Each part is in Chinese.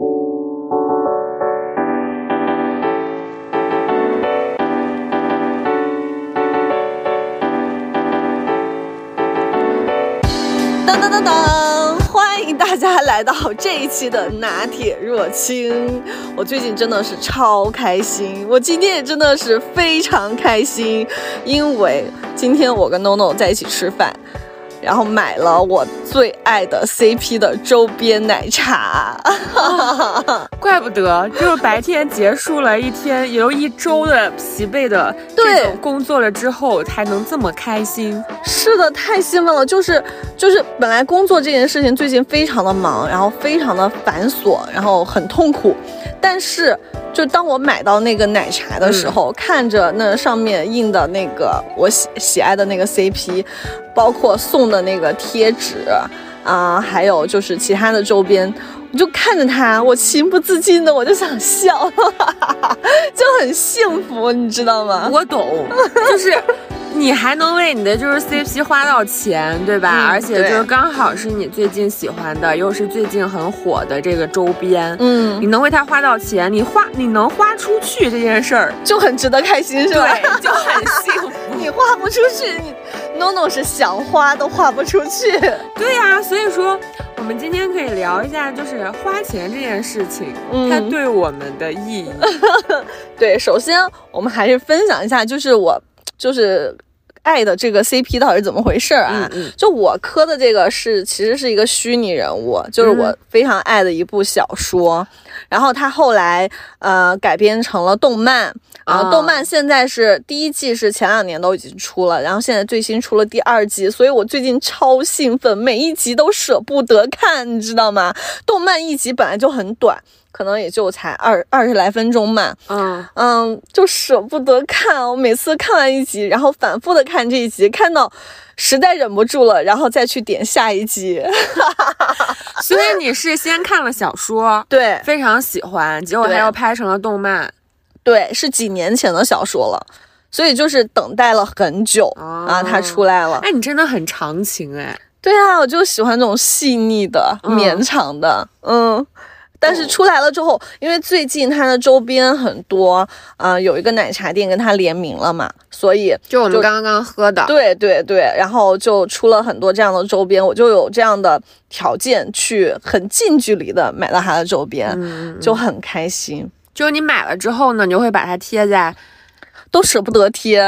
当当当当！欢迎大家来到这一期的拿铁若清。我最近真的是超开心，我今天也真的是非常开心，因为今天我跟 NONO 在一起吃饭，然后买了我最爱的 CP 的周边奶茶。 怪不得，就是白天结束了一天有一周的疲惫的这种工作了之后，才能这么开心。 是的，太兴奋了，就是本来工作这件事情最近非常的忙，然后非常的繁琐，然后很痛苦，但是就当我买到那个奶茶的时候，看着那上面印的那个我喜爱的那个 CP， 包括送的那个贴纸还有就是其他的周边，我就看着它，我情不自禁的我就想笑，就很幸福，你知道吗？ 我懂，就是你还能为你的就是 CP 花到钱，对吧？而且就是刚好是你最近喜欢的，又是最近很火的这个周边，你能为它花到钱，你能花出去这件事儿就很值得开心，是吧？ 对，就很幸福。 你花不出去，NONO 是想花都花不出去。 对呀，所以说我们今天可以聊一下，就是花钱这件事情，它对我们的意义。 对，首先我们还是分享一下，就是我爱的这个 CP 到底是怎么回事啊？就我磕的这个其实是一个虚拟人物，就是我非常爱的一部小说，然后它后来改编成了动漫。动漫现在是第1季是前2年都已经出了，然后现在最新出了第2季，所以我最近超兴奋，每一集都舍不得看，你知道吗？动漫1集本来就很短，可能也就才20来分钟嘛，就舍不得看。我每次看完1集，然后反复的看这一集，看到实在忍不住了，然后再去点下一集。 所以你是先看了小说， 对， 非常喜欢，结果它又拍成了动漫。 对，是几年前的小说了，所以就是等待了很久它出来了。 哎，你真的很长情哎。 对啊，我就喜欢这种细腻的、绵长的，但是出来了之后，因为最近它的周边很多，有一个奶茶店跟它联名了嘛，所以就我们刚刚喝的， 对，然后就出了很多这样的周边，我就有这样的条件去很近距离的买到它的周边，就很开心。 就你买了之后呢，你就会把它贴在， 都舍不得贴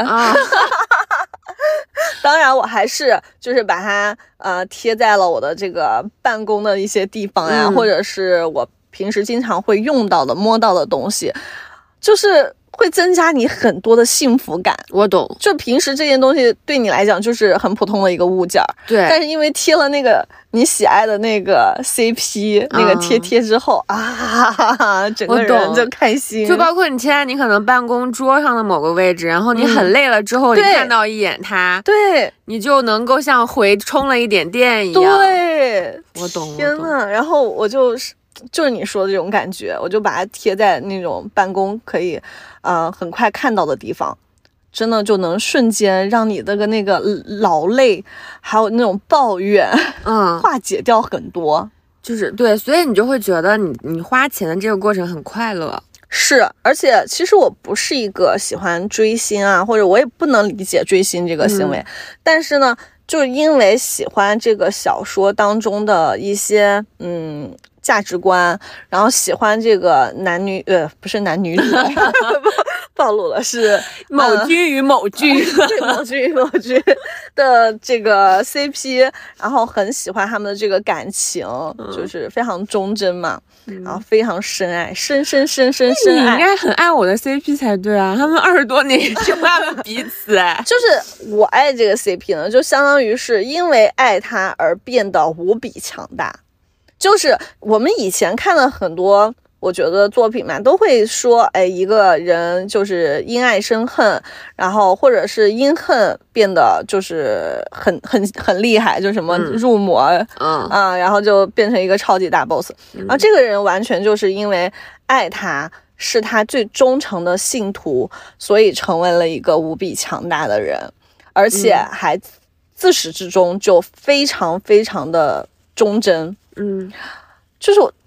当然我还是就是把它贴在了我的这个办公的一些地方呀，或者是我平时经常会用到的摸到的东西，就是会增加你很多的幸福感。 我懂， 就平时这件东西对你来讲就是很普通的一个物件， 对， 但是因为贴了那个你喜爱的那个 CP 那个贴之后整个人就开心。 就包括你贴在你可能办公桌上的某个位置，然后你很累了之后，你看到一眼它， 对， 你就能够像回充了一点电一样。 对， 我懂。 天哪！然后我就是你说的这种感觉，我就把它贴在那种办公可以很快看到的地方，真的就能瞬间让你的那个劳累还有那种抱怨化解掉很多。 就是对，所以你就会觉得你花钱的这个过程很快乐。 是，而且其实我不是一个喜欢追星或者我也不能理解追星这个行为，但是呢就因为喜欢这个小说当中的一些价值观，然后喜欢这个不是男女暴露了，是某君与某君某君与某君的这个 CP， 然后很喜欢他们的这个感情，就是非常忠贞嘛，然后非常深爱，深爱。 你应该很爱我的 CP 才对啊，他们20多年就爱了彼此就是我爱这个 CP 呢，就相当于是因为爱他而变得无比强大。就是我们以前看了很多我觉得作品嘛，都会说一个人就是因爱生恨，然后或者是因恨变得就是很厉害，就什么入魔然后就变成一个超级大 boss。然后这个人完全就是因为爱他，是他最忠诚的信徒，所以成为了一个无比强大的人，而且还自始至终就非常非常的忠贞。就是我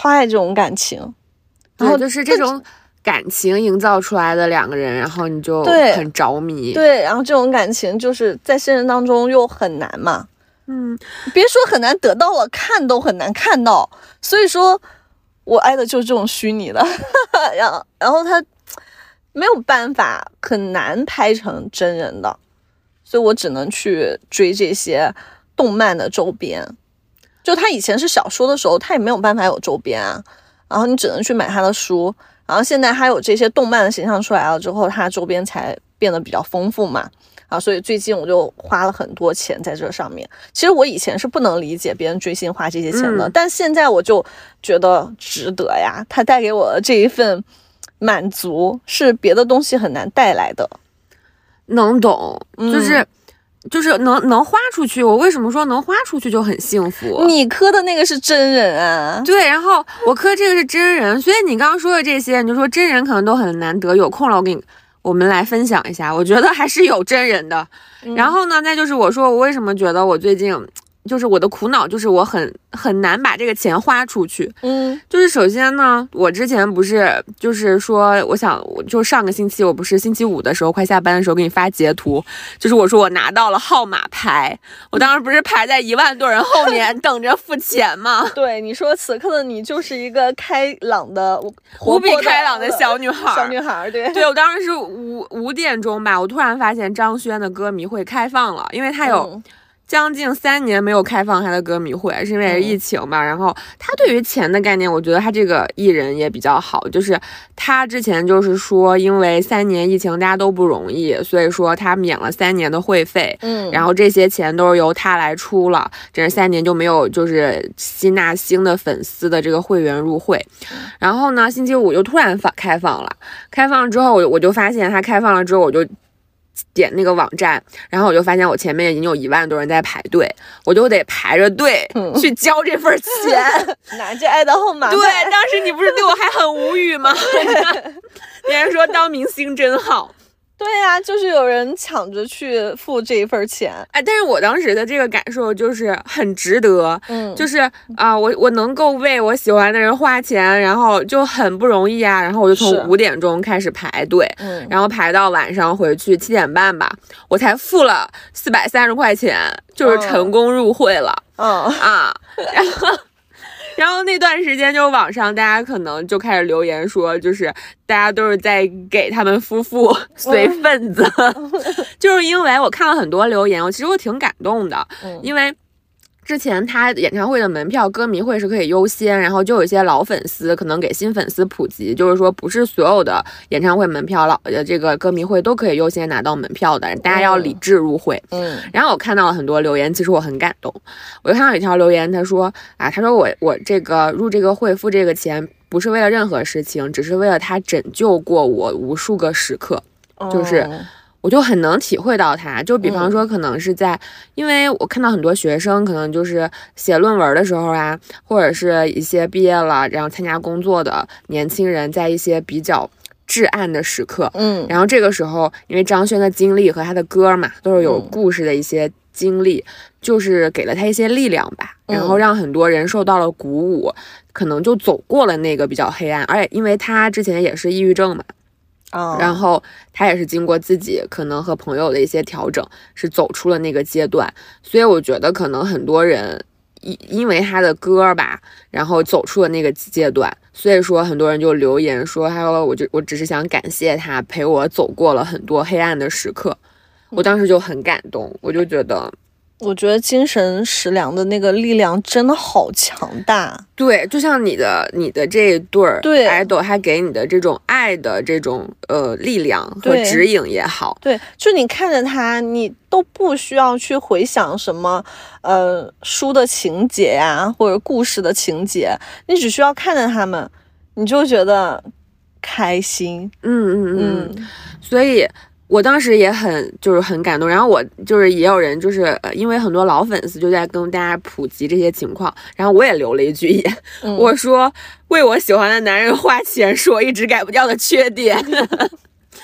超爱这种感情。然后就是这种感情营造出来的两个人，然后你就很着迷。 对，然后这种感情就是在现实当中又很难嘛。别说很难得到了，看都很难看到。所以说我爱的就是这种虚拟的然后他没有办法，很难拍成真人的，所以我只能去追这些动漫的周边。就他以前是小说的时候，他也没有办法有周边啊，然后你只能去买他的书，然后现在他有这些动漫的形象出来了之后，他周边才变得比较丰富嘛。所以最近我就花了很多钱在这上面。其实我以前是不能理解别人追星花这些钱的，但现在我就觉得值得呀，它带给我的这一份满足是别的东西很难带来的。 能懂，就是能花出去。我为什么说能花出去就很幸福？ 你磕的那个是真人啊。 对，然后我磕这个是真人，所以你刚刚说的这些，你就说真人可能都很难得，有空了我们来分享一下，我觉得还是有真人的。然后呢，再就是我说我为什么觉得我最近就是我的苦恼，就是我很难把这个钱花出去。就是首先呢，我之前不是就是说就上个星期我不是星期五的时候快下班的时候给你发截图，就是我说我拿到了号码牌，我当时不是排在1万多人后面等着付钱吗？ 对，你说此刻的你就是一个开朗的无比开朗的小女孩。 对， 我当时是5点钟吧，我突然发现张轩的歌迷会开放了，因为他有将近3年没有开放他的歌迷会，是因为疫情嘛。然后他对于钱的概念，我觉得他这个艺人也比较好，就是他之前就是说，因为3年疫情大家都不容易，所以说他免了3年的会费，然后这些钱都是由他来出了，这3年就没有就是吸纳新的粉丝的这个会员入会。然后呢，星期五就突然开放了，开放之后我就发现他开放了之后，我就点那个网站，然后我就发现我前面已经有1万多人在排队，我就得排着队去交这份钱， 拿着爱的号码。 对，当时你不是对我还很无语吗？别人说当明星真好。 对呀，就是有人抢着去付这一份钱。 但是我当时的这个感受就是很值得，就是我能够为我喜欢的人花钱，然后就很不容易啊。然后我就从5点钟开始排队，然后排到晚上回去7点半吧，我才付了430块钱，就是成功入会了。然后那段时间就网上大家可能就开始留言说，就是大家都是在给他们夫妇随份子，就是因为我看了很多留言，其实我挺感动的，因为之前他演唱会的门票歌迷会是可以优先，然后就有一些老粉丝可能给新粉丝普及，就是说不是所有的演唱会门票这个歌迷会都可以优先拿到门票的，大家要理智入会。然后我看到了很多留言，其实我很感动。我就看到有一条留言，他说我这个入这个会付这个钱不是为了任何事情，只是为了他拯救过我无数个时刻，就是我就很能体会到他，就比方说可能是因为我看到很多学生可能就是写论文的时候啊，或者是一些毕业了然后参加工作的年轻人，在一些比较至暗的时刻，然后这个时候因为张轩的经历和他的歌嘛，都是有故事的一些经历，就是给了他一些力量吧，然后让很多人受到了鼓舞，可能就走过了那个比较黑暗，而且因为他之前也是抑郁症嘛。然后他也是经过自己可能和朋友的一些调整，是走出了那个阶段，所以我觉得可能很多人因为他的歌吧，然后走出了那个阶段，所以说很多人就留言说，还有我只是想感谢他陪我走过了很多黑暗的时刻，我当时就很感动，我觉得精神食粮的那个力量真的好强大。 对，就像你的这一对儿idol还给你的这种爱的这种力量和指引也好， 对，就你看着他，你都不需要去回想什么书的情节呀，或者故事的情节，你只需要看着他们，你就觉得开心。 所以我当时也很感动，然后我就是也有人就是因为很多老粉丝就在跟大家普及这些情况，然后我也留了一句言，我说为我喜欢的男人花钱是我一直改不掉的缺点。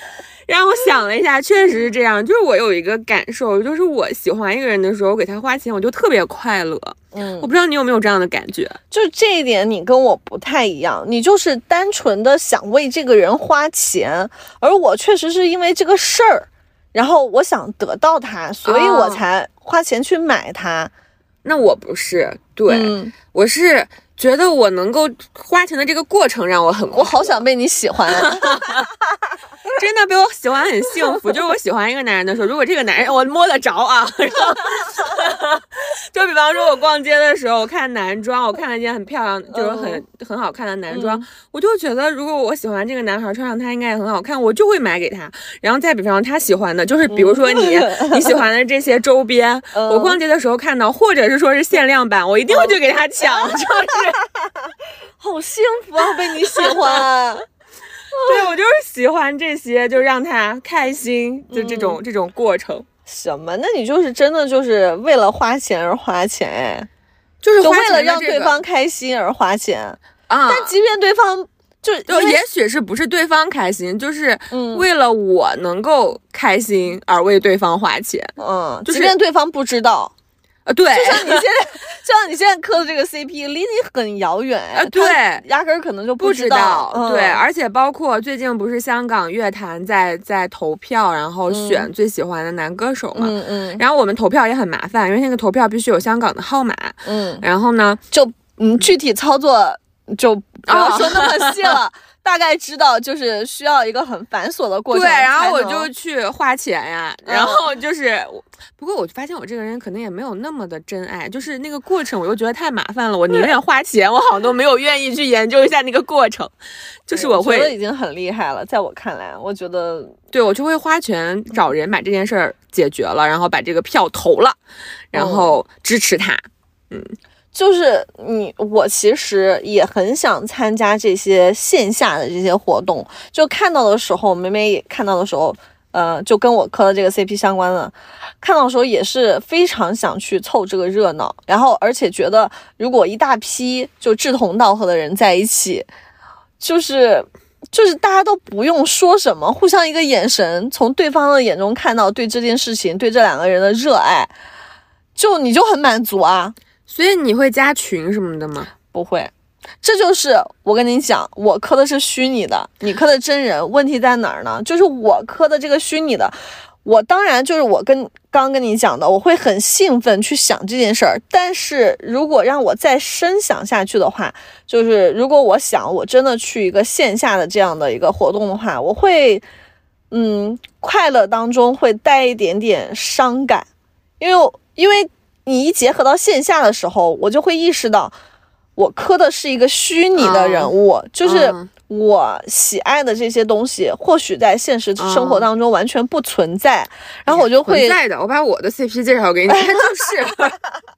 然后我想了一下，确实是这样。就是我有一个感受，就是我喜欢一个人的时候，给他花钱，我就特别快乐。我不知道你有没有这样的感觉？ 就是这一点你跟我不太一样，你就是单纯的想为这个人花钱，而我确实是因为这个事儿，然后我想得到它，所以我才花钱去买它。 那我不是，对，我是觉得我能够花钱的这个过程让我很快乐， 我好想被你喜欢真的被我喜欢很幸福。就是我喜欢一个男人的时候，如果这个男人我摸得着啊，然后就比方说我逛街的时候，我看男装，我看了一件很漂亮，就是很好看的男装，我就觉得如果我喜欢这个男孩穿上他应该也很好看，我就会买给他。然后再比方他喜欢的，就是比如说你喜欢的这些周边，我逛街的时候看到，或者是说是限量版，我一定会去给他抢，就是好幸福啊，被你喜欢。 对，我就是喜欢这些，就让他开心，就这种过程。 什么？那你就是真的就是为了花钱而花钱，哎， 就是为了让对方开心而花钱啊。 但即便对方就也许是不是对方开心，就是为了我能够开心而为对方花钱。 即便对方不知道。 对， 就像你现在磕的这个 CP 离你很遥远， 对， 压根儿可能就不知道。 对，而且包括最近不是香港乐坛在投票，然后选最喜欢的男歌手嘛，然后我们投票也很麻烦，因为那个投票必须有香港的号码，然后呢， 就具体操作就不要说那么细了。大概知道就是需要一个很繁琐的过程。 对，然后我就去花钱呀，然后就是不过我发现我这个人可能也没有那么的真爱，就是那个过程我又觉得太麻烦了，我宁愿花钱，我好像都没有愿意去研究一下那个过程。就是我会觉得已经很厉害了，在我看来，我觉得对，我就会花钱找人把这件事儿解决了，然后把这个票投了，然后支持他。 就是我其实也很想参加这些线下的这些活动，就看到的时候，梅梅也看到的时候，就跟我磕的这个 CP 相关的，看到的时候也是非常想去凑这个热闹，然后而且觉得如果一大批就志同道合的人在一起，就是大家都不用说什么，互相一个眼神，从对方的眼中看到对这件事情，对这两个人的热爱，你就很满足啊。 所以你会加群什么的吗？ 不会，这就是我跟你讲，我磕的是虚拟的，你磕的真人。问题在哪儿呢？就是我磕的这个虚拟的，我当然就是我刚跟你讲的，我会很兴奋去想这件事儿。但是如果让我再深想下去的话，就是如果我想我真的去一个线下的这样的一个活动的话，我会快乐当中会带一点点伤感，因为你一结合到线下的时候，我就会意识到我磕的是一个虚拟的人物，就是我喜爱的这些东西或许在现实生活当中完全不存在，然后我就会存在的。我把我的 CP 介绍给你，就是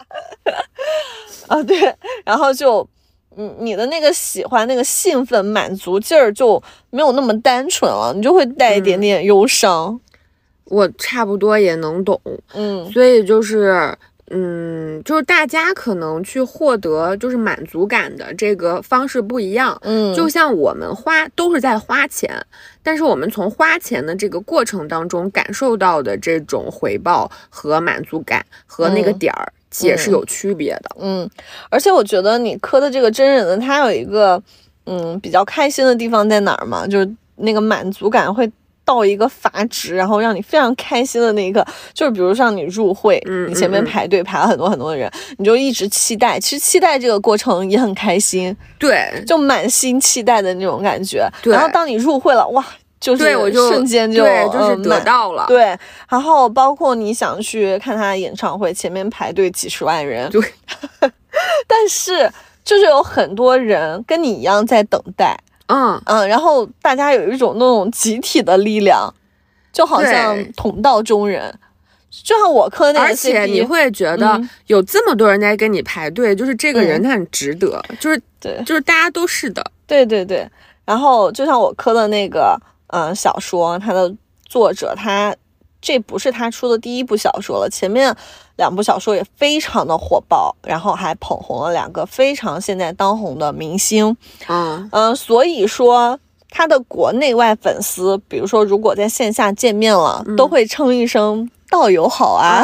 对，然后就你的那个喜欢那个兴奋满足劲儿就没有那么单纯了，你就会带一点点忧伤。 我差不多也能懂，所以就是就是大家可能去获得就是满足感的这个方式不一样，就像我们都是在花钱，但是我们从花钱的这个过程当中感受到的这种回报和满足感和那个点儿也是有区别的。 而且我觉得你磕的这个真人的，它有一个比较开心的地方在哪儿嘛，就是那个满足感会到一个阀值，然后让你非常开心的那一个，就是比如像你入会，你前面排队排了很多很多的人，你就一直期待，其实期待这个过程也很开心， 对， 就满心期待的那种感觉。 对， 然后当你入会了，哇，就是瞬间就是得到了， 对。然后包括你想去看他的演唱会，前面排队几十万人， 对， 但是就是有很多人跟你一样在等待。然后大家有一种那种集体的力量，就好像同道中人，就像我磕那个 CP， 而且你会觉得有这么多人在跟你排队，就是这个人他很值得，就是大家都是的， 对。然后就像我磕的那个小说，它的作者这不是他出的第一部小说了，前面2部小说也非常的火爆，然后还捧红了2个非常现在当红的明星。所以说他的国内外粉丝，比如说如果在线下见面了，都会称一声道友好啊，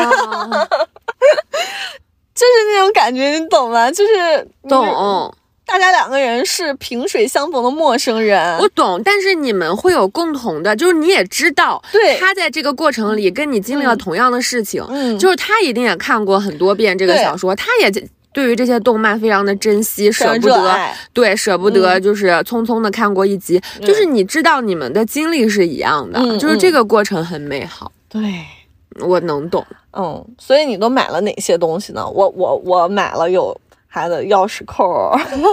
就是那种感觉，你懂吗？就是懂。 大家两个人是萍水相逢的陌生人， 我懂，但是你们会有共同的，就是你也知道， 对， 他在这个过程里跟你经历了同样的事情，就是他一定也看过很多遍这个小说，他也对于这些动漫非常的珍惜，舍不得，对，舍不得，就是匆匆的看过一集，就是你知道你们的经历是一样的，就是这个过程很美好， 对， 我能懂， 所以你都买了哪些东西呢？我买了有他的钥匙扣，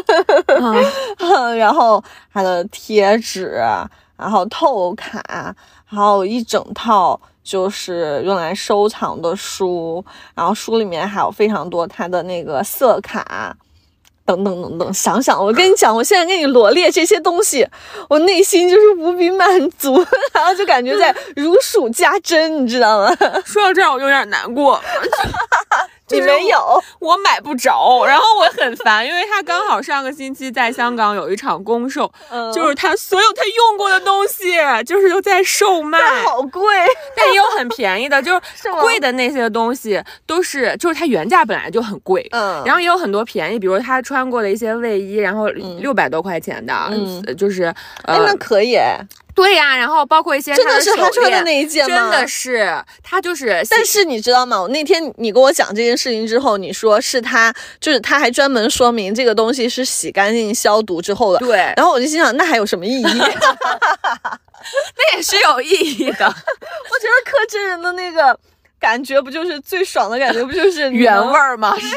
然后他的贴纸，然后透卡，还有一整套就是用来收藏的书，然后书里面还有非常多他的那个色卡等等等等。想想我跟你讲，我现在跟你罗列这些东西，我内心就是无比满足，然后就感觉在如数家珍，你知道吗？ 说到这儿我有点难过。 你没有， 我买不着，然后我很烦，因为他刚好上个星期在香港有一场公售，就是他所有他用过的东西，就是都在售卖， 好贵， 但也有很便宜的，就是贵的那些东西都是，就是它原价本来就很贵，然后也有很多便宜，比如他穿过的一些卫衣，然后600多块钱的，就是那可以。 对呀，然后包括一些真的是他穿的那一件吗？ 真的是，他就是。 但是你知道吗？我那天你跟我讲这件事情之后，你说是他，就是他还专门说明这个东西是洗干净消毒之后的。 对。 然后我就心想，那还有什么意义？那也是有意义的。 我觉得磕真人的那个感觉，不就是最爽的感觉？不就是原味吗？是。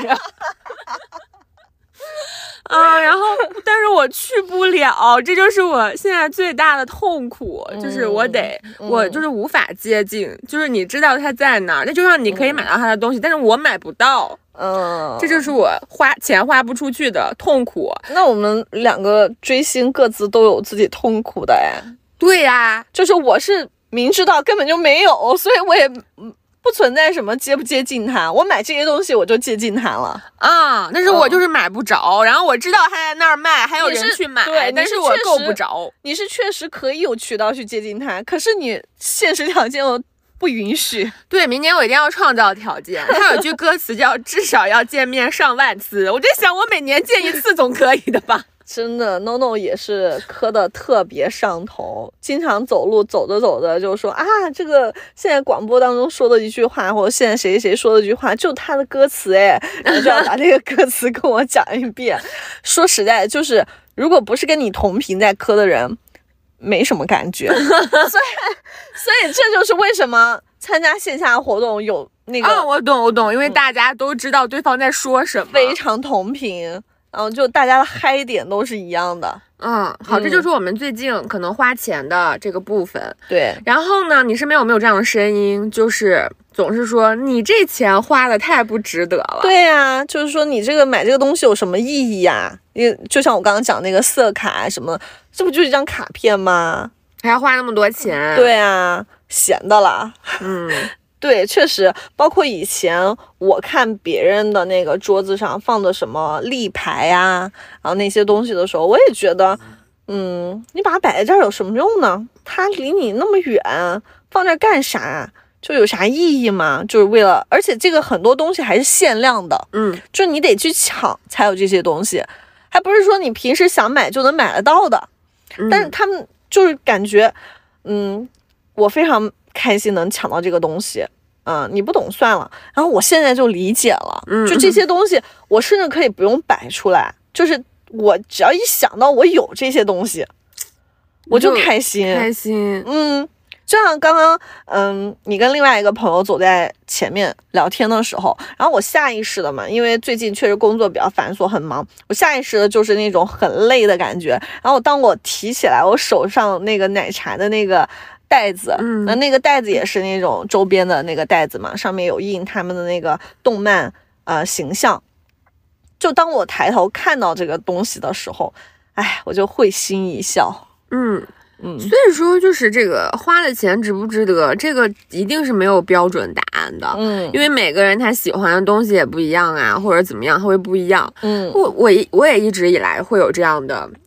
然后但是我去不了，这就是我现在最大的痛苦，就是我就是无法接近，就是你知道它在哪儿，那就像你可以买到它的东西，但是我买不到，这就是我花钱花不出去的痛苦。 那我们两个追星各自都有自己痛苦的哎。 对呀， 就是我是明知道根本就没有，所以我也不存在什么接不接近他，我买这些东西我就接近他了啊，但是我就是买不着，然后我知道他在那儿卖，还有人去买， 对， 但是我够不着。 你是确实可以有渠道去接近他，可是你现实条件我不允许。 对，明年我一定要创造条件。他有句歌词叫至少要见面上万次，我在想我每年见一次总可以的吧。 真的 ，NONO 也是磕的特别上头，经常走路走着走着就说啊，这个现在广播当中说的一句话，或者现在谁谁说的一句话，就他的歌词哎，然后就要把这个歌词跟我讲一遍。说实在，就是如果不是跟你同频在磕的人，没什么感觉。所以这就是为什么参加线下活动有那个我懂，因为大家都知道对方在说什么， 非常同频。然后就大家的嗨点都是一样的。 好，这就是我们最近可能花钱的这个部分。 对， 然后呢，你身边有没有这样的声音，就是总是说你这钱花的太不值得了？ 对呀，就是说你这个买这个东西有什么意义呀？因为就像我刚刚讲那个色卡什么，这不就是一张卡片吗？ 还要花那么多钱？ 对啊，闲的啦。对，确实，包括以前我看别人的那个桌子上放的什么立牌呀，然后那些东西的时候，我也觉得，你把它摆在这儿有什么用呢？它离你那么远，放这儿干啥？就有啥意义吗？就是为了，而且这个很多东西还是限量的，就你得去抢才有这些东西，还不是说你平时想买就能买得到的。但是他们就是感觉，我非常开心能抢到这个东西，你不懂算了。然后我现在就理解了，就这些东西，我甚至可以不用摆出来，就是我只要一想到我有这些东西，我就开心。就像刚刚，你跟另外一个朋友走在前面聊天的时候，然后我下意识的嘛，因为最近确实工作比较繁琐很忙，我下意识的就是那种很累的感觉。然后当我提起来我手上那个奶茶的那个袋子，那个袋子也是那种周边的那个袋子嘛，上面有印他们的那个动漫形象。就当我抬头看到这个东西的时候，我就会心一笑。 所以说就是这个花的钱值不值得，这个一定是没有标准答案的。因为每个人他喜欢的东西也不一样啊，或者怎么样，他会不一样。我也一直以来会有这样的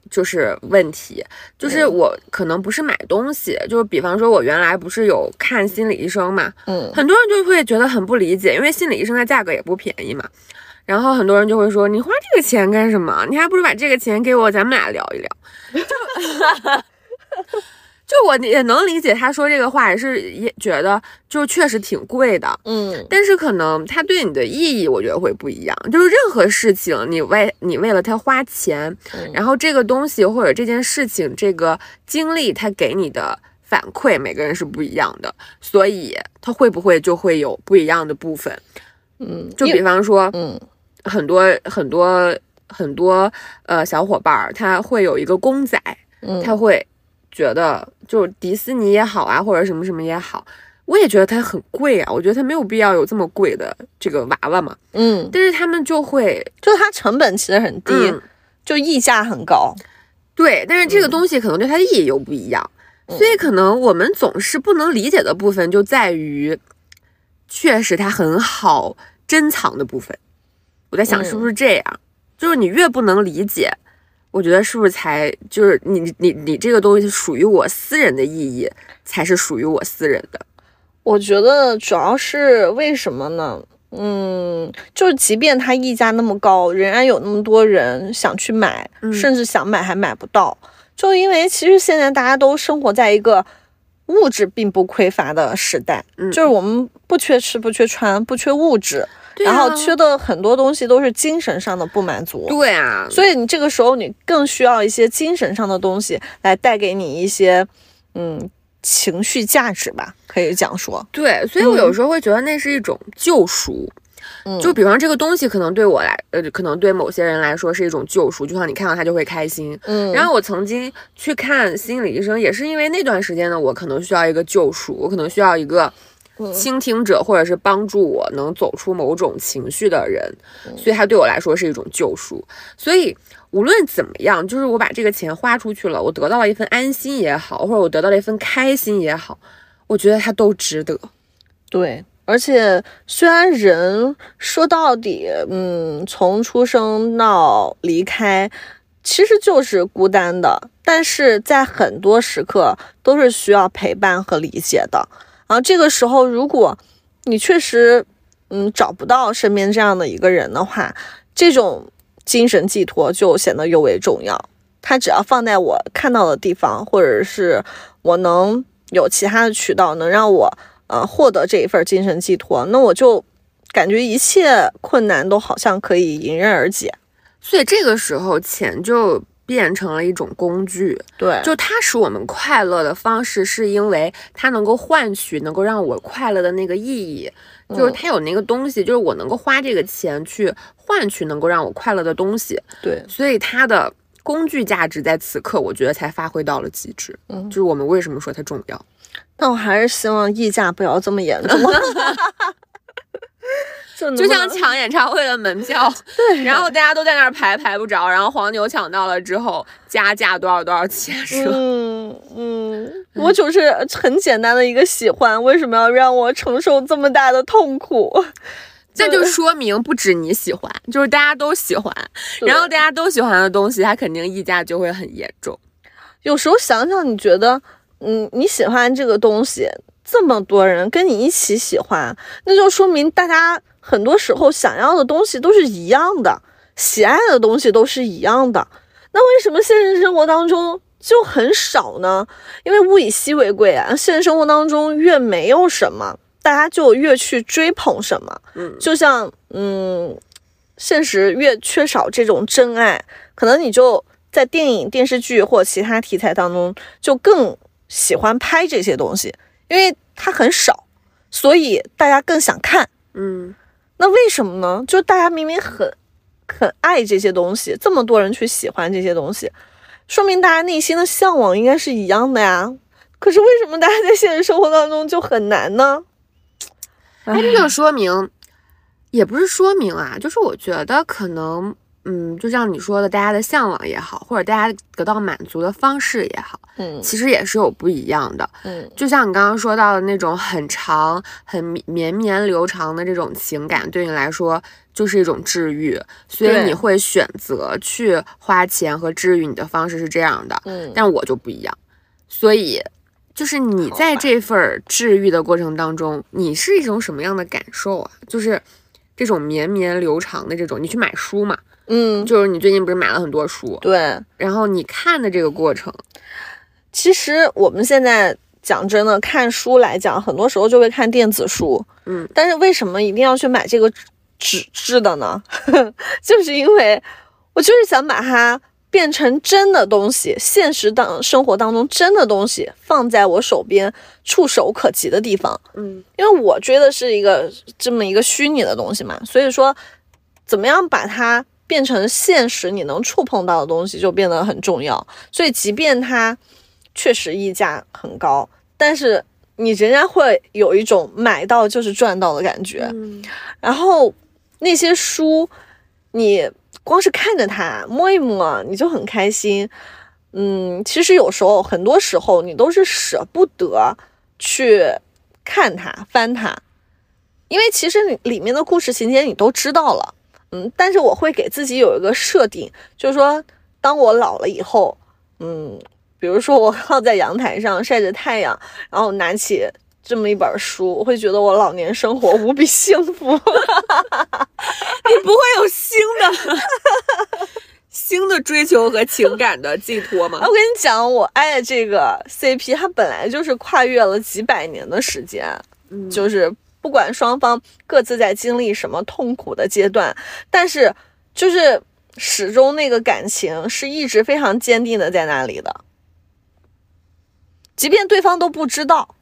就是问题，就是我可能不是买东西，就是比方说我原来不是有看心理医生嘛，很多人就会觉得很不理解，因为心理医生的价格也不便宜嘛，然后很多人就会说你花这个钱干什么？你还不如把这个钱给我，咱们俩聊一聊。就我也能理解他说这个话，也觉得就确实挺贵的，但是可能他对你的意义，我觉得会不一样。就是任何事情，你为了他花钱，然后这个东西或者这件事情，这个经历，他给你的反馈，每个人是不一样的，所以他会不会就会有不一样的部分？就比方说，很多小伙伴他会有一个公仔，他会觉得就迪士尼也好啊，或者什么什么也好，我也觉得它很贵啊，我觉得它没有必要有这么贵的这个娃娃嘛，但是他们就它成本其实很低，就溢价很高， 对，但是这个东西可能对它的意义又不一样，所以可能我们总是不能理解的部分就在于，确实它很好珍藏的部分，我在想是不是这样，就是你越不能理解。我觉得是不是才就是你这个东西属于我私人的意义，才是属于我私人的。 我觉得主要是为什么呢？就是即便它溢价那么高，仍然有那么多人想去买，甚至想买还买不到。就因为其实现在大家都生活在一个物质并不匮乏的时代，就是我们不缺吃不缺穿不缺物质。然后缺的很多东西都是精神上的不满足， 对啊， 所以你这个时候你更需要一些精神上的东西来带给你一些情绪价值吧，可以讲说。 对，所以我有时候会觉得那是一种救赎，就比方这个东西可能对我来可能对某些人来说是一种救赎，就像你看到它就会开心。然后我曾经去看心理医生，也是因为那段时间呢，我可能需要一个救赎，我可能需要一个倾听者，或者是帮助我能走出某种情绪的人，所以它对我来说是一种救赎。所以无论怎么样，就是我把这个钱花出去了，我得到了一份安心也好，或者我得到了一份开心也好，我觉得它都值得。 对，而且虽然人说到底从出生到离开其实就是孤单的，但是在很多时刻都是需要陪伴和理解的。然后这个时候如果你确实找不到身边这样的一个人的话，这种精神寄托就显得尤为重要。它只要放在我看到的地方，或者是我能有其他的渠道能让我获得这一份精神寄托，那我就感觉一切困难都好像可以迎刃而解。 所以这个时候钱就变成了一种工具， 对， 就它使我们快乐的方式是因为它能够换取能够让我快乐的那个意义，就是它有那个东西，就是我能够花这个钱去换取能够让我快乐的东西， 对， 所以它的工具价值在此刻我觉得才发挥到了极致，就是我们为什么说它重要。 但我还是希望溢价不要这么严重。 就像抢演唱会的门票， 对， 然后大家都在那儿排不着，然后黄牛抢到了之后加价多少钱是吧？ 我就是很简单的一个喜欢，为什么要让我承受这么大的痛苦？ 这就说明不止你喜欢，就是大家都喜欢，然后大家都喜欢的东西，它肯定溢价就会很严重。 有时候想想，你觉得你喜欢这个东西，这么多人跟你一起喜欢，那就说明大家很多时候想要的东西都是一样的，喜爱的东西都是一样的。那为什么现实生活当中就很少呢？因为物以稀为贵啊，现实生活当中越没有什么，大家就越去追捧什么。就像现实越缺少这种真爱，可能你就在电影电视剧或其他题材当中就更喜欢拍这些东西，因为它很少，所以大家更想看。那为什么呢？就大家明明很爱这些东西，这么多人去喜欢这些东西，说明大家内心的向往应该是一样的呀。可是为什么大家在现实生活当中就很难呢？ 这就说明，也不是说明啊，就是我觉得可能就像你说的，大家的向往也好，或者大家得到满足的方式也好，其实也是有不一样的。就像你刚刚说到的那种很长、很绵绵流长的这种情感，对你来说就是一种治愈，所以你会选择去花钱和治愈你的方式是这样的。但我就不一样，所以就是你在这份治愈的过程当中，你是一种什么样的感受啊？就是这种绵绵流长的这种，你去买书嘛？就是你最近不是买了很多书？ 对， 然后你看的这个过程， 其实我们现在讲真的，看书来讲，很多时候就会看电子书，但是为什么一定要去买这个纸质的呢？就是因为我就是想把它变成真的东西，现实生活当中真的东西放在我手边触手可及的地方。因为我追的是这么一个虚拟的东西嘛，所以说怎么样把它变成现实你能触碰到的东西就变得很重要。所以即便它确实溢价很高，但是你仍然会有一种买到就是赚到的感觉。然后那些书你光是看着它摸一摸你就很开心。其实有时候很多时候你都是舍不得去看它翻它，因为其实里面的故事情节你都知道了。但是我会给自己有一个设定，就是说当我老了以后，比如说我靠在阳台上晒着太阳，然后拿起这么一本书，我会觉得我老年生活无比幸福。你不会有新的追求和情感的寄托吗？ 我跟你讲，我爱的这个 CP 它本来就是跨越了几百年的时间，就是不管双方各自在经历什么痛苦的阶段，但是就是始终那个感情是一直非常坚定的在那里的，即便对方都不知道，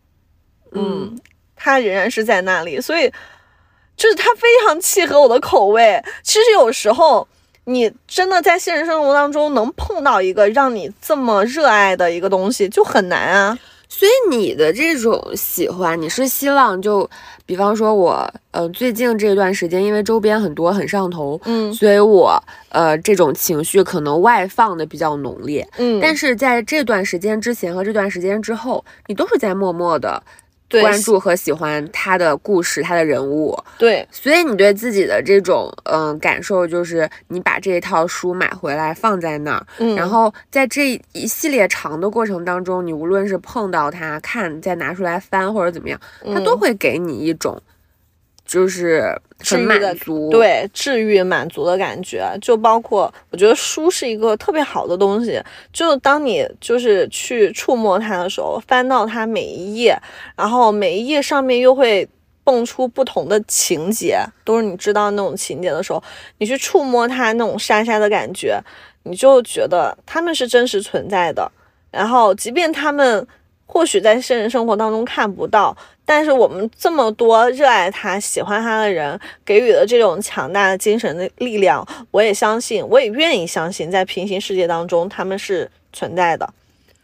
他仍然是在那里，所以就是他非常契合我的口味。其实有时候你真的在现实生活当中能碰到一个让你这么热爱的一个东西就很难啊。 所以你的这种喜欢，你是希望就比方说我最近这段时间因为周边很多很上头，所以我这种情绪可能外放的比较浓烈，但是在这段时间之前和这段时间之后，你都是在默默的关注和喜欢他的故事，他的人物。 对， 所以你对自己的这种感受就是你把这一套书买回来放在那儿，然后在这一系列长的过程当中，你无论是碰到它看再拿出来翻或者怎么样，它都会给你一种就是很满足， 对，治愈满足的感觉。就包括我觉得书是一个特别好的东西，就当你就是去触摸它的时候，翻到它每一页，然后每一页上面又会蹦出不同的情节，都是你知道那种情节的时候，你去触摸它那种沙沙的感觉，你就觉得他们是真实存在的。然后即便他们或许在现实生活当中看不到，但是我们这么多热爱他喜欢他的人给予的这种强大的精神的力量，我也相信，我也愿意相信在平行世界当中他们是存在的。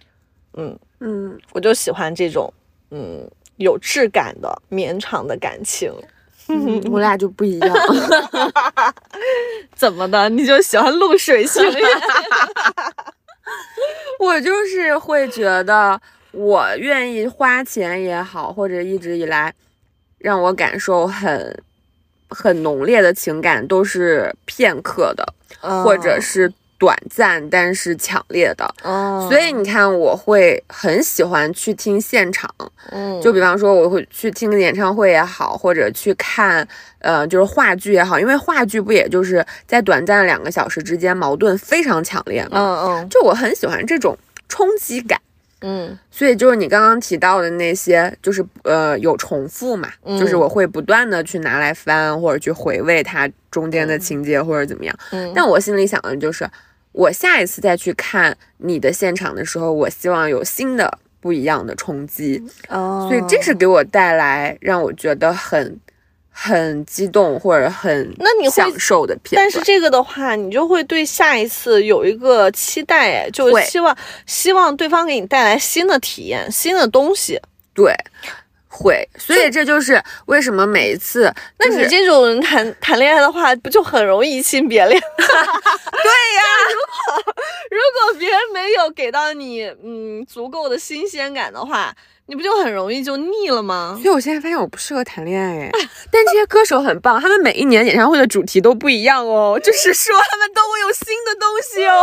我就喜欢这种有质感的绵长的感情。 我俩就不一样。 怎么的？你就喜欢露水系列？ 我就是会觉得我愿意花钱也好，或者一直以来让我感受很浓烈的情感都是片刻的，或者是短暂但是强烈的。所以你看我会很喜欢去听现场，就比方说我会去听个演唱会也好，或者去看就是话剧也好，因为话剧不也就是在短暂2个小时之间矛盾非常强烈嘛，就我很喜欢这种冲击感。所以就是你刚刚提到的那些就是有重复嘛，就是我会不断的去拿来翻或者去回味它中间的情节或者怎么样，但我心里想的就是我下一次再去看你的现场的时候，我希望有新的不一样的冲击，所以这是给我带来让我觉得很激动或者很享受的片段。 但是这个的话你就会对下一次有一个期待，就是希望对方给你带来新的体验新的东西。 对， 会，所以这就是为什么每一次、 那你这种人谈恋爱的话，不就很容移情别恋？对呀， 如果别人没有给到你足够的新鲜感的话，你不就很容易就腻了吗？ 所以我现在发现我不适合谈恋爱哎，但这些歌手很棒，他们每一年演唱会的主题都不一样哦，就是说他们都会有新的东西哦。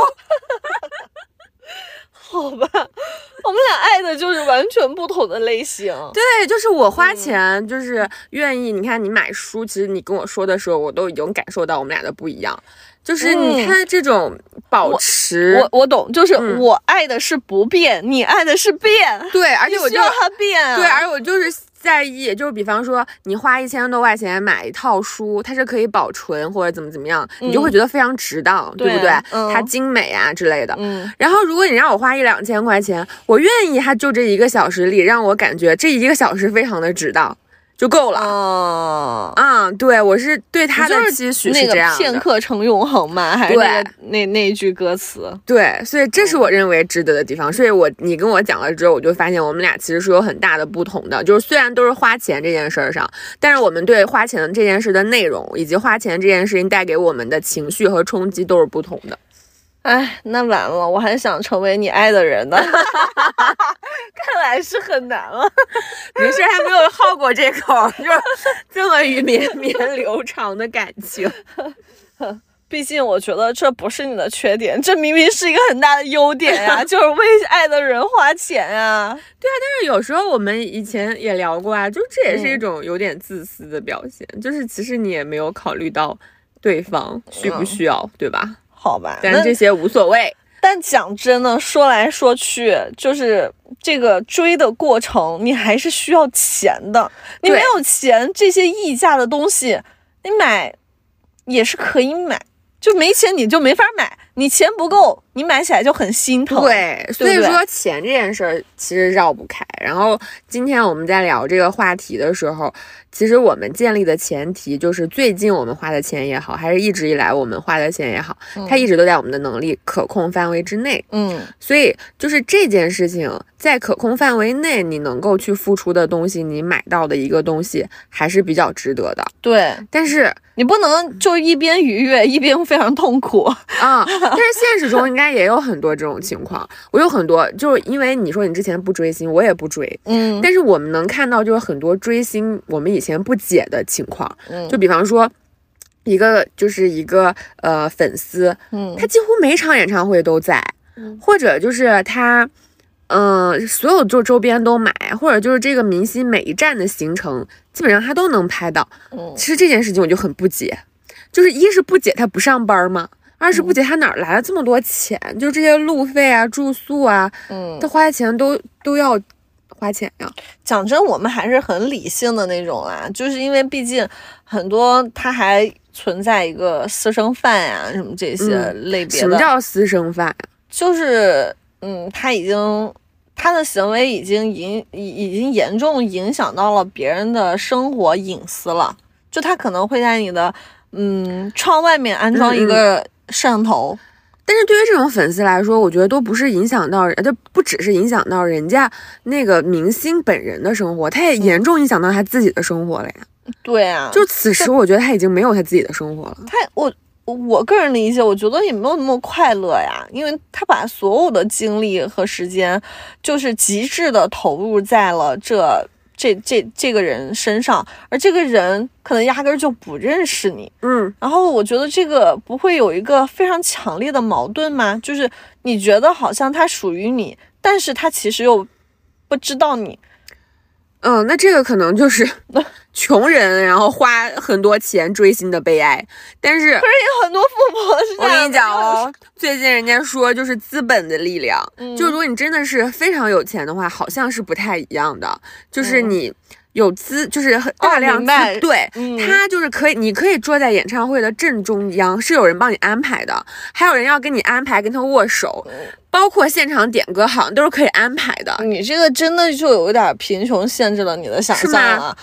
好吧，我们俩爱的就是完全不同的类型。 对，就是我花钱就是愿意，你看你买书，其实你跟我说的时候，我都已经感受到我们俩的不一样。就是你看这种保持， 我懂，就是我爱的是不变，你爱的是变。 对，而且我需要它变。 对，而且我就是在意，就是比方说你花1000多块钱买一套书，它是可以保存或者怎么样，你就会觉得非常值当，对不对？它精美啊之类的。然后如果你让我花1-2千块钱，我愿意它就这1个小时里让我感觉这1个小时非常的值当。就够了。对，我是对他的期许是这样的。 片刻成永恒嘛，还是那句歌词？ 对，所以这是我认为值得的地方。所以你跟我讲了之后，我就发现我们俩其实是有很大的不同的。就是虽然都是花钱这件事上，但是我们对花钱这件事的内容以及花钱这件事情带给我们的情绪和冲击都是不同的。 哎，那完了，我还想成为你爱的人呢。看来是很难了。 没事，还没有耗过这口，就是这么绵绵流长的感情。 毕竟我觉得这不是你的缺点，这明明是一个很大的优点呀，就是为爱的人花钱呀。 对啊，但是有时候我们以前也聊过啊，就这也是一种有点自私的表现，就是其实你也没有考虑到对方需不需要，对吧？ 好吧， 但这些无所谓。 但讲真的，说来说去，就是这个追的过程，你还是需要钱的。你没有钱，这些溢价的东西，你买也是可以买，就没钱你就没法买。你钱不够，你买起来就很心疼。 对，所以说钱这件事儿其实绕不开。然后今天我们在聊这个话题的时候，其实我们建立的前提就是最近我们花的钱也好，还是一直以来我们花的钱也好，它一直都在我们的能力可控范围之内。所以就是这件事情在可控范围内，你能够去付出的东西，你买到的一个东西还是比较值得的。 对， 但是你不能就一边愉悦一边非常痛苦啊。但是现实中应该也有很多这种情况。我有很多，就是因为你说你之前不追星，我也不追，但是我们能看到就是很多追星我们以前不解的情况，就比方说一个粉丝，他几乎每场演唱会都在，或者就是他所有就周边都买，或者就是这个明星每一站的行程基本上他都能拍到。其实这件事情我就很不解，就是一是不解他不上班吗？二是不解他哪儿来了这么多钱，就这些路费啊、住宿啊，他花钱都要花钱呀。 讲真，我们还是很理性的那种啦，就是因为毕竟很多他还存在一个私生饭呀、什么这些类别的。 什么叫私生饭呀？ 就是他的行为已经严重影响到了别人的生活隐私了，就他可能会在你的窗外面安装一个摄像头。 但是对于这种粉丝来说，我觉得都不是影响到就不只是影响到人家那个明星本人的生活，他也严重影响到他自己的生活了呀。 对啊， 就此时我觉得他已经没有他自己的生活了。 我个人理解，我觉得也没有那么快乐呀，因为他把所有的精力和时间就是极致的投入在了这个人身上，而这个人可能压根儿就不认识你。然后我觉得这个不会有一个非常强烈的矛盾吗？就是你觉得好像他属于你，但是他其实又不知道你。 那这个可能就是穷人然后花很多钱追星的悲哀。但是可是有很多父母是这样的。 我跟你讲哦，最近人家说就是资本的力量，就如果你真的是非常有钱的话，好像是不太一样的，就是你有就是大量对，他就是你可以坐在演唱会的正中央，是有人帮你安排的，还有人要跟你安排跟他握手，包括现场点歌好像都是可以安排的。 你这个真的就有点贫穷限制了你的想象了。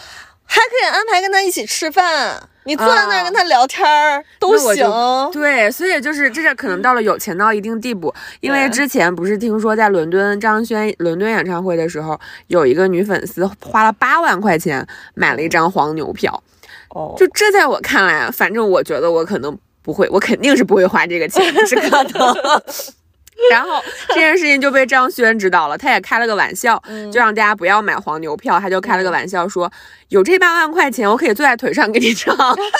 还可以安排跟他一起吃饭。你坐在那儿跟他聊天都行。 对，所以就是这可能到了有钱到一定地步。因为之前不是听说在伦敦张轩伦敦演唱会的时候，有一个女粉丝花了8万块钱买了一张黄牛票。就这在我看来，反正我觉得我可能不会，我肯定是不会花这个钱，不是可能。然后这件事情就被张轩知道了，他也开了个玩笑，就让大家不要买黄牛票，他就开了个玩笑说，有这8万块钱，我可以坐在腿上给你唱。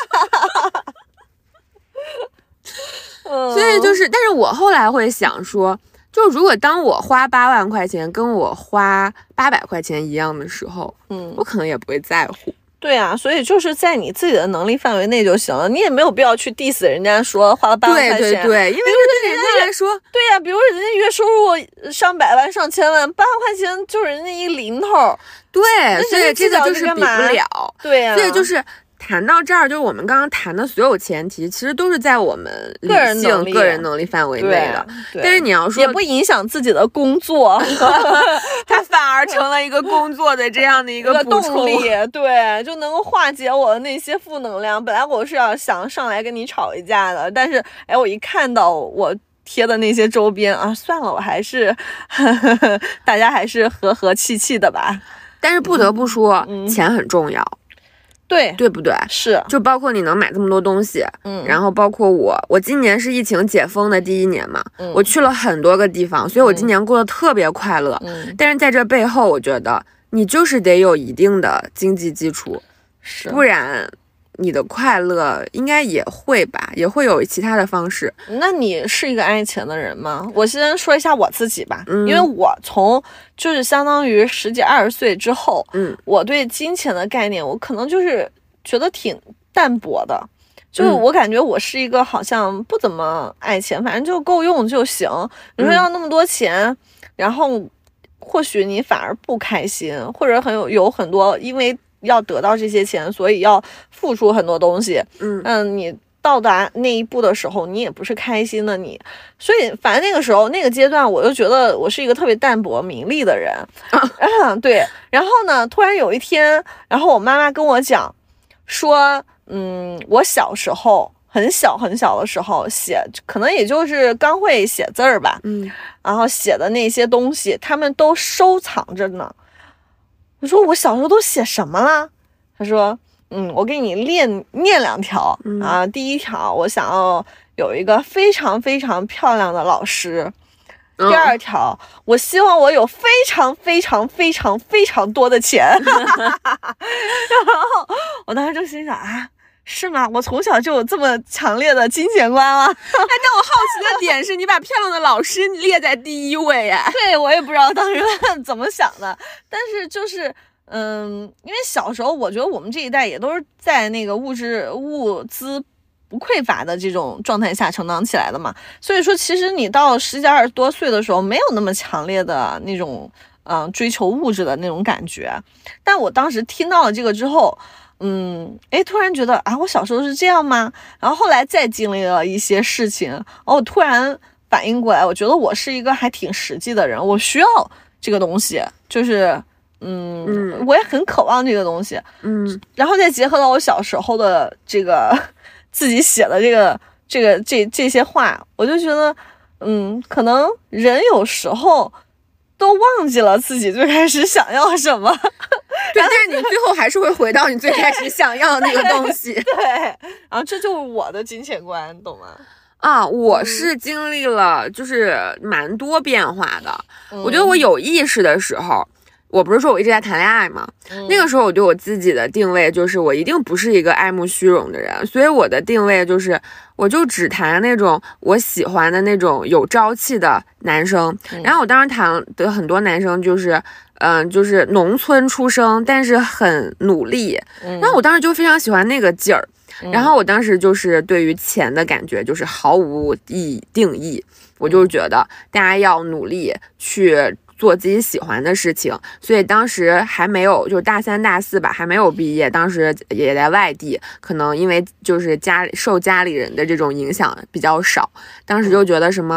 所以就是，但是我后来会想说，就如果当我花8万块钱跟我花800块钱一样的时候，我可能也不会在乎。 对啊，所以就是在你自己的能力范围内就行了，你也没有必要去 diss 人家说花了8万块钱。 对，因为对人家来说， 对呀，比如人家月收入上百万上千万，8万块钱就是人家一零头。 对，所以这个就是比不了。 对呀， 所以就是谈到这儿，就是我们刚刚谈的所有前提，其实都是在我们理性个人能力范围内的。但是你要说也不影响自己的工作， 它反而成了一个工作的这样的一个动力。对，就能够化解我的那些负能量。本来我是要想上来跟你吵一架的，但是我一看到我贴的那些周边啊，算了，我还是大家还是和和气气的吧。 但是不得不说，钱很重要。对不对？ 是， 就包括你能买这么多东西，然后包括我今年是疫情解封的第1年嘛，我去了很多个地方，所以我今年过得特别快乐。但是在这背后，我觉得你就是得有一定的经济基础，不然你的快乐应该也会吧，也会有其他的方式。 那你是一个爱钱的人吗？我先说一下我自己吧，因为我从就是相当于10几20岁之后，我对金钱的概念，我可能就是觉得挺淡薄的，就是我感觉我是一个好像不怎么爱钱，反正就够用就行。你说要那么多钱，然后或许你反而不开心，或者有很多因为要得到这些钱，所以要付出很多东西。你到达那一步的时候，你也不是开心的所以反正那个时候那个阶段，我就觉得我是一个特别淡泊名利的人。对。然后呢，突然有一天，然后我妈妈跟我讲说，我小时候很小的时候写，可能也就是刚会写字儿吧，然后写的那些东西，他们都收藏着呢。我说我小时候都写什么了？他说，我给你念2条啊。第一条，我想要有一个非常非常漂亮的老师。第二条，我希望我有非常非常非常非常多的钱。然后我当时就心想啊，是吗？我从小就有这么强烈的金钱观吗？ 但我好奇的点是你把漂亮的老师列在第1位哎。 对，我也不知道当时怎么想的，但是就是因为小时候我觉得我们这一代也都是在那个物资不匮乏的这种状态下成长起来的嘛，所以说其实你到10几20多岁的时候没有那么强烈的那种追求物质的那种感觉。但我当时听到了这个之后，突然觉得啊，我小时候是这样吗？然后后来再经历了一些事情，我突然反应过来，我觉得我是一个还挺实际的人，我需要这个东西，就是我也很渴望这个东西，然后再结合到我小时候的这个自己写的这些话，我就觉得可能人有时候都忘记了自己最开始想要什么。 对，但是你最后还是会回到你最开始想要的那个东西。 对，然后这就是我的金钱观，懂吗？ 我是经历了就是蛮多变化的。我觉得我有意识的时候，我不是说我一直在谈恋爱吗？那个时候我对我自己的定位就是我一定不是一个爱慕虚荣的人，所以我的定位就是我就只谈那种我喜欢的那种有朝气的男生。然后我当时谈的很多男生就是就是农村出生但是很努力，然后我当时就非常喜欢那个劲儿。然后我当时就是对于钱的感觉就是毫无定义，我就是觉得大家要努力去做自己喜欢的事情，所以当时还没有，就是大3大4吧，还没有毕业，当时也在外地，可能因为就是受家里人的这种影响比较少，当时就觉得什么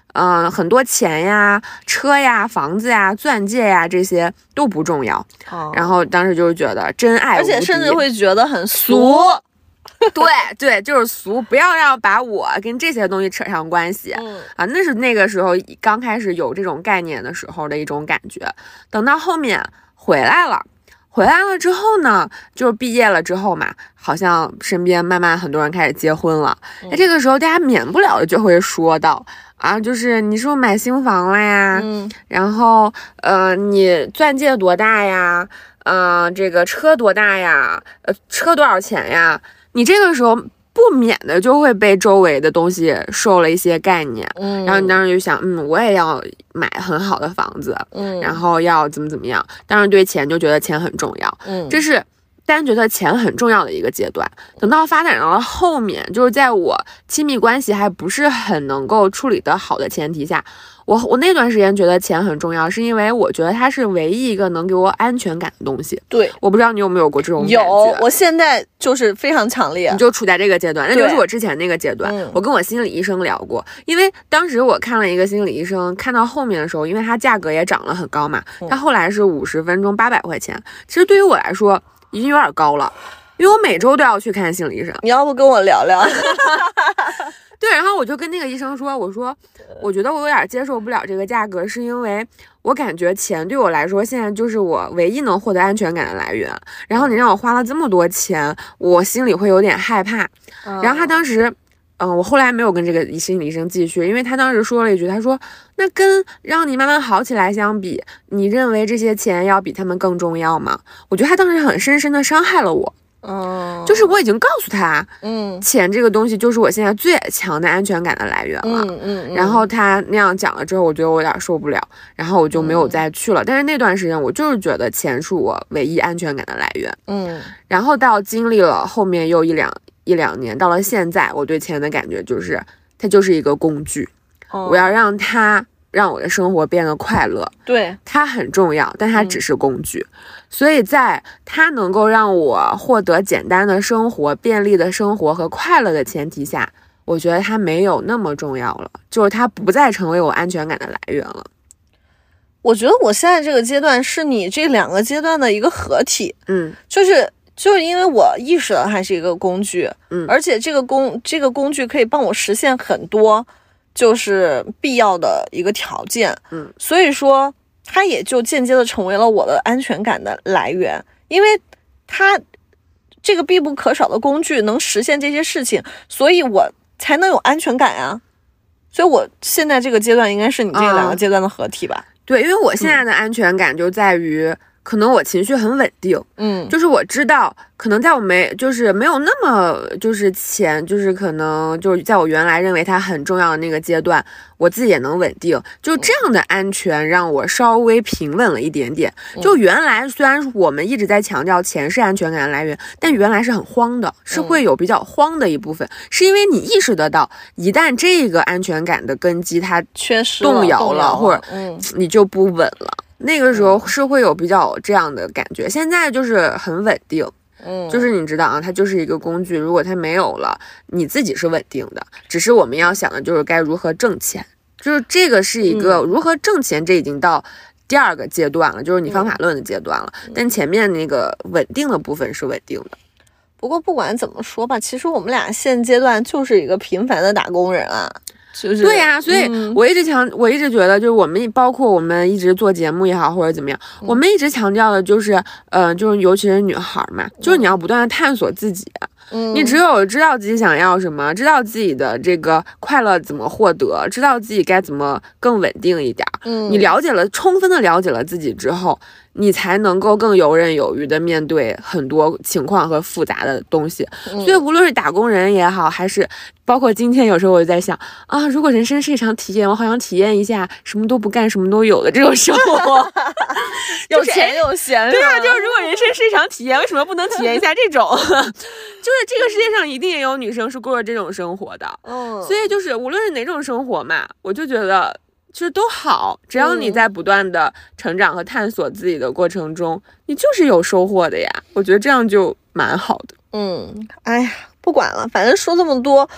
很多钱呀、车呀、房子呀、钻戒呀这些都不重要。然后当时就是觉得真爱无敌， 而且甚至会觉得很俗。 对，就是俗，不要把我跟这些东西扯上关系。那是那个时候刚开始有这种概念的时候的一种感觉。等到后面回来了之后呢，就是毕业了之后嘛，好像身边慢慢很多人开始结婚了。那这个时候大家免不了的就会说到就是你是不是买新房了呀？然后你钻戒多大呀？这个车多大呀？车多少钱呀？你这个时候不免的就会被周围的东西受了一些概念，然后你当时就想，我也要买很好的房子，然后要怎么样，当时对钱就觉得钱很重要，这是单觉得钱很重要的一个阶段。等到发展到了后面，就是在我亲密关系还不是很能够处理得好的前提下，我那段时间觉得钱很重要，是因为我觉得它是唯一一个能给我安全感的东西。 对， 我不知道你有没有过这种感觉。 有，我现在就是非常强烈。 你就处在这个阶段，那就是我之前那个阶段。我跟我心理医生聊过，因为当时我看了一个心理医生，看到后面的时候，因为它价格也涨了很高嘛，它后来是50分钟800块钱。其实对于我来说已经有点高了，因为我每周都要去看心理医生。 你要不跟我聊聊？ 对，然后我就跟那个医生说，我说我觉得我有点接受不了这个价格，是因为我感觉钱对我来说现在就是我唯一能获得安全感的来源，然后你让我花了这么多钱，我心里会有点害怕。然后他当时我后来没有跟这个心理医生继续，因为他当时说了一句，他说那跟让你慢慢好起来相比，你认为这些钱要比他们更重要吗？我觉得他当时很深深的伤害了我。就是我已经告诉他，钱这个东西就是我现在最强的安全感的来源了。然后他那样讲了之后，我觉得我有点受不了，然后我就没有再去了。但是那段时间我就是觉得钱是我唯一安全感的来源。然后到经历了后面又一两年，到了现在，我对钱的感觉就是它就是一个工具，我要让它让我的生活变得快乐。 对， 它很重要，但它只是工具。所以在它能够让我获得简单的生活、便利的生活和快乐的前提下，我觉得它没有那么重要了，就是它不再成为我安全感的来源了。 我觉得我现在这个阶段是你这两个阶段的一个合体。就是因为我意识到它是一个工具，而且这个工具可以帮我实现很多就是必要的一个条件，所以说它也就间接的成为了我的安全感的来源，因为它这个必不可少的工具能实现这些事情，所以我才能有安全感啊。所以我现在这个阶段应该是你这两个阶段的合体吧。 对，因为我现在的安全感就在于可能我情绪很稳定，就是我知道可能在我没有那么就是钱，就是可能就是在我原来认为它很重要的那个阶段，我自己也能稳定，就这样的安全让我稍微平稳了一点点。就原来虽然我们一直在强调钱是安全感的来源，但原来是很慌的，是会有比较慌的一部分，是因为你意识得到一旦这个安全感的根基它缺失动摇了，或者你就不稳了。那个时候是会有比较这样的感觉，现在就是很稳定，就是你知道啊，它就是一个工具，如果它没有了，你自己是稳定的，只是我们要想的就是该如何挣钱，就是这个是一个如何挣钱，这已经到第二个阶段了，就是你方法论的阶段了，但前面那个稳定的部分是稳定的。 不过不管怎么说吧，其实我们俩现阶段就是一个平凡的打工人啊。 对呀，所以我一直觉得，就是我们包括我们一直做节目也好，或者怎么样，我们一直强调的就是，就是尤其是女孩嘛，就是你要不断的探索自己，你只有知道自己想要什么，知道自己的这个快乐怎么获得，知道自己该怎么更稳定一点，你充分的了解了自己之后，你才能够更游刃有余的面对很多情况和复杂的东西。所以无论是打工人也好，还是包括今天有时候我就在想啊，如果人生是一场体验，我好想体验一下什么都不干什么都有的这种生活有钱有闲。 对啊，就是如果人生是一场体验，为什么不能体验一下这种就是这个世界上一定也有女生是过着这种生活的。所以就是无论是哪种生活嘛，我就觉得其实都好，只要你在不断的成长和探索自己的过程中，你就是有收获的呀。我觉得这样就蛮好的。 哎呀，不管了，反正说这么多，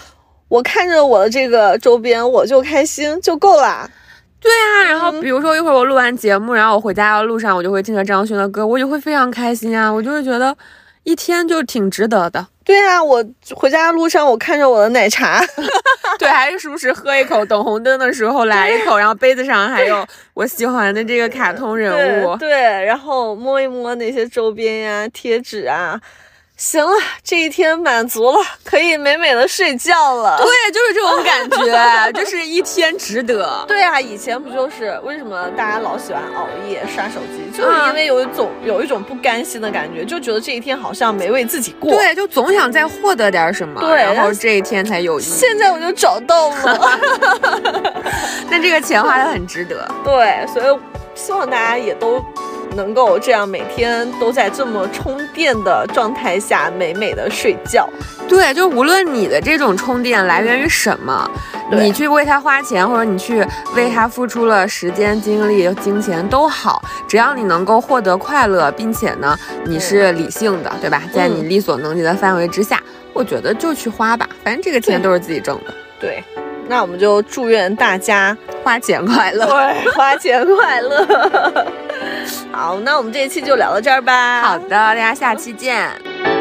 我看着我的这个周边我就开心就够了。 对啊，然后比如说一会儿我录完节目，然后我回家的路上我就会听着张悬的歌，我就会非常开心啊，我就会觉得一天就挺值得的。 对啊，我回家的路上我看着我的奶茶对，还是时不时喝一口，等红灯的时候来一口，然后杯子上还有我喜欢的这个卡通人物。 对，然后摸一摸那些周边呀、贴纸啊，行了，这一天满足了，可以美美的睡觉了。 对，就是这种感觉，就是一天值得。 对啊，以前不就是为什么大家老喜欢熬夜刷手机，就是因为有一种不甘心的感觉，就觉得这一天好像没为自己过。 对，就总想再获得点什么， 对， 然后这一天才有意义。 现在我就找到了， 那这个钱花得很值得。 对，所以希望大家也都能够这样每天都在这么充电的状态下美美的睡觉。 对，就无论你的这种充电来源于什么，你去为它花钱，或者你去为它付出了时间、精力、金钱都好，只要你能够获得快乐，并且呢你是理性的，对吧？在你力所能及的范围之下，我觉得就去花吧，反正这个钱都是自己挣的。 对，那我们就祝愿大家花钱快乐。 对，花钱快乐。好，那我们这一期就聊到这儿吧。 好的，大家下期见。